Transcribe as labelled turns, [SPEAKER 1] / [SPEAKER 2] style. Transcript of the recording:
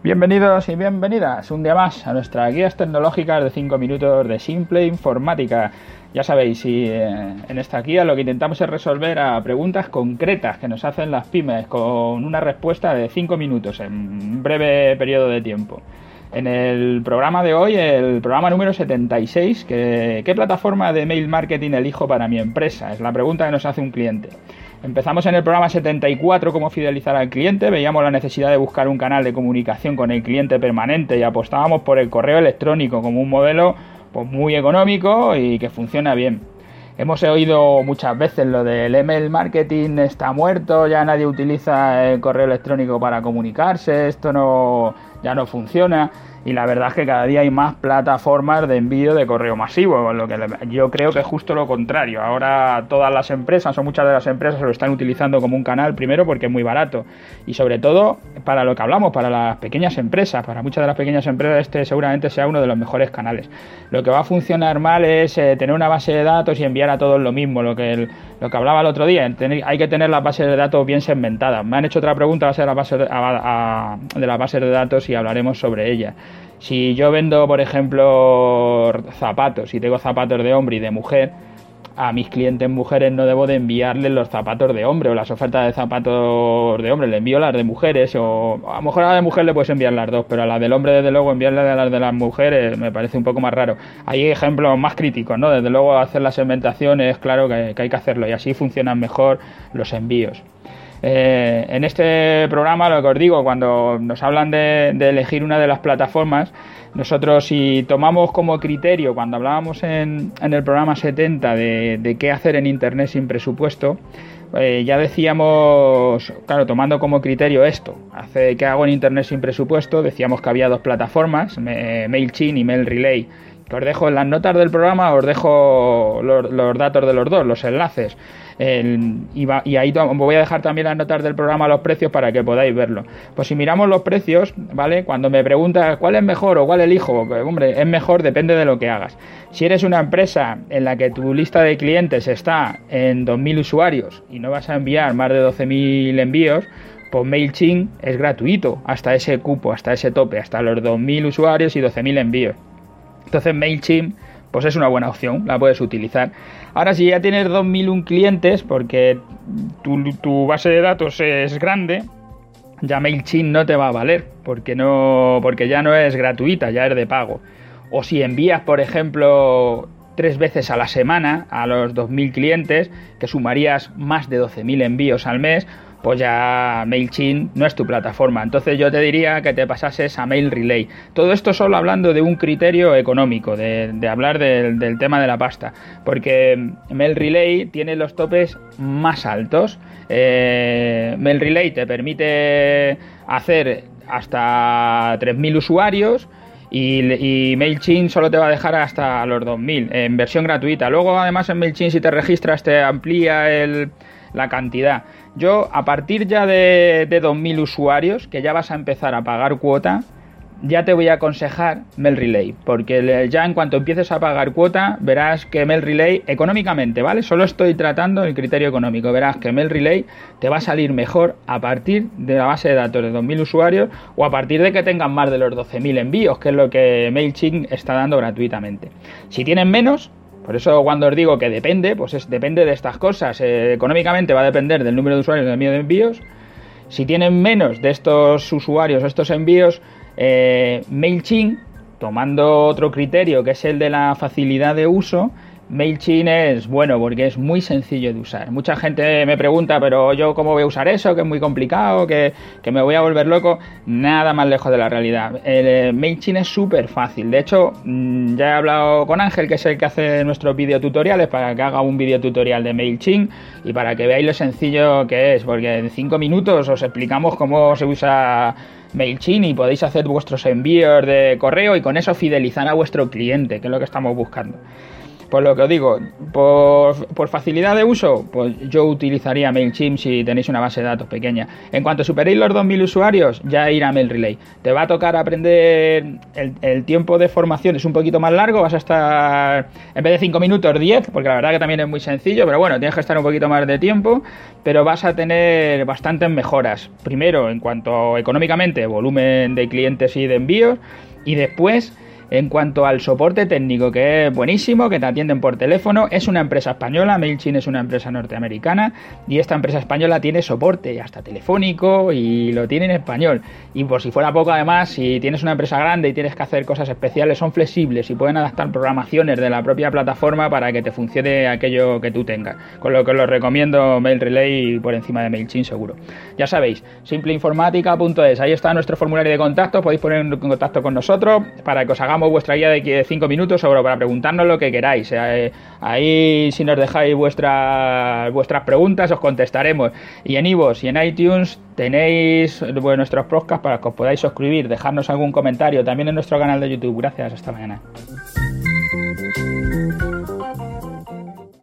[SPEAKER 1] Bienvenidos y bienvenidas un día más a nuestras guías tecnológicas de 5 minutos de simple informática. Ya sabéis, en esta guía lo que intentamos es resolver a preguntas concretas que nos hacen las pymes con una respuesta de 5 minutos en un breve periodo de tiempo. En el programa de hoy, el programa número 76, ¿qué plataforma de mail marketing elijo para mi empresa? Es la pregunta que nos hace un cliente. Empezamos en el programa 74, cómo fidelizar al cliente. Veíamos la necesidad de buscar un canal de comunicación con el cliente permanente y apostábamos por el correo electrónico como un modelo pues, muy económico y que funciona bien. Hemos oído muchas veces lo del email marketing está muerto, ya nadie utiliza el correo electrónico para comunicarse, esto ya no funciona. Y la verdad es que cada día hay más plataformas de envío de correo masivo, con lo que yo creo que es justo lo contrario. Ahora todas las empresas o muchas de las empresas lo están utilizando como un canal, primero porque es muy barato y sobre todo para lo que hablamos, para las pequeñas empresas, para muchas de las pequeñas empresas este seguramente sea uno de los mejores canales. Lo que va a funcionar mal es tener una base de datos y enviar a todos lo mismo, lo que hablaba el otro día, hay que tener las bases de datos bien segmentadas. Me han hecho otra pregunta de las bases de datos y hablaremos sobre ella. Si yo vendo, por ejemplo, zapatos y tengo zapatos de hombre y de mujer, a mis clientes mujeres no debo de enviarles los zapatos de hombre o las ofertas de zapatos de hombre, le envío las de mujeres o a lo mejor a la de mujer le puedes enviar las dos, pero a la del hombre desde luego enviarle a las de las mujeres me parece un poco más raro. Hay ejemplos más críticos, ¿no? Desde luego hacer la segmentación es claro que hay que hacerlo y así funcionan mejor los envíos. En este programa, lo que os digo, cuando nos hablan de elegir una de las plataformas, nosotros si tomamos como criterio, cuando hablábamos en el programa 70 de qué hacer en Internet sin presupuesto, ya decíamos, claro, tomando como criterio esto, qué hago en Internet sin presupuesto, decíamos que había dos plataformas, MailChimp y MailRelay. Que os dejo en las notas del programa, os dejo los datos de los dos, los enlaces. Y ahí voy a dejar también las notas del programa, los precios para que podáis verlo. Pues si miramos los precios, ¿vale? Cuando me preguntas cuál es mejor o cuál elijo, pues, hombre, es mejor, depende de lo que hagas. Si eres una empresa en la que tu lista de clientes está en 2.000 usuarios y no vas a enviar más de 12.000 envíos, pues MailChimp es gratuito hasta ese cupo, hasta ese tope, hasta los 2.000 usuarios y 12.000 envíos. Entonces MailChimp pues es una buena opción, la puedes utilizar. Ahora si ya tienes 2.001 clientes, porque tu base de datos es grande, ya MailChimp no te va a valer, porque ya no es gratuita, ya es de pago. O si envías, por ejemplo, 3 veces a la semana a los 2.000 clientes, que sumarías más de 12.000 envíos al mes, pues ya MailChimp no es tu plataforma. Entonces yo te diría que te pasases a MailRelay. Todo esto solo hablando de un criterio económico, de hablar del tema de la pasta, porque MailRelay tiene los topes más altos. MailRelay te permite hacer hasta 3.000 usuarios y MailChimp solo te va a dejar hasta los 2.000 en versión gratuita. Luego además en MailChimp si te registras te amplía la cantidad. Yo a partir ya de 2.000 usuarios, que ya vas a empezar a pagar cuota, ya te voy a aconsejar MailRelay, porque ya en cuanto empieces a pagar cuota verás que MailRelay económicamente, ¿vale? Solo estoy tratando el criterio económico, verás que MailRelay te va a salir mejor a partir de la base de datos de 2.000 usuarios o a partir de que tengan más de los 12.000 envíos, que es lo que MailChimp está dando gratuitamente. Si tienen menos, por eso cuando os digo que depende, pues depende de estas cosas. Económicamente va a depender del número de usuarios del envío de envíos. Si tienen menos de estos usuarios o estos envíos, MailChimp, tomando otro criterio que es el de la facilidad de uso, MailChimp es bueno porque es muy sencillo de usar. Mucha gente me pregunta, pero yo cómo voy a usar eso, que es muy complicado, que me voy a volver loco. Nada más lejos de la realidad. MailChimp es súper fácil. De hecho, ya he hablado con Ángel, que es el que hace nuestros videotutoriales, para que haga un videotutorial de MailChimp y para que veáis lo sencillo que es, porque en 5 minutos os explicamos cómo se usa MailChimp y podéis hacer vuestros envíos de correo y con eso fidelizar a vuestro cliente, que es lo que estamos buscando. Pues lo que os digo, por facilidad de uso, pues yo utilizaría MailChimp si tenéis una base de datos pequeña. En cuanto superéis los 2000 usuarios, ya ir a MailRelay. Te va a tocar aprender, el tiempo de formación es un poquito más largo, vas a estar, en vez de 5 minutos, 10, porque la verdad que también es muy sencillo, pero bueno, tienes que estar un poquito más de tiempo, pero vas a tener bastantes mejoras. Primero, en cuanto económicamente, volumen de clientes y de envíos, y después en cuanto al soporte técnico, que es buenísimo, que te atienden por teléfono. Es una empresa española, MailChimp es una empresa norteamericana, y esta empresa española tiene soporte hasta telefónico y lo tiene en español. Y por si fuera poco, además, si tienes una empresa grande y tienes que hacer cosas especiales, son flexibles y pueden adaptar programaciones de la propia plataforma para que te funcione aquello que tú tengas. Con lo que os recomiendo MailRelay por encima de MailChimp seguro. Ya sabéis, simpleinformática.es, ahí está nuestro formulario de contacto, podéis poner en contacto con nosotros para que os hagamos vuestra guía de 5 minutos para preguntarnos lo que queráis. Ahí, si nos dejáis vuestras preguntas, os contestaremos. Y en iVoox y en iTunes tenéis nuestros podcasts para que os podáis suscribir, dejarnos algún comentario, también en nuestro canal de YouTube. Gracias, hasta mañana.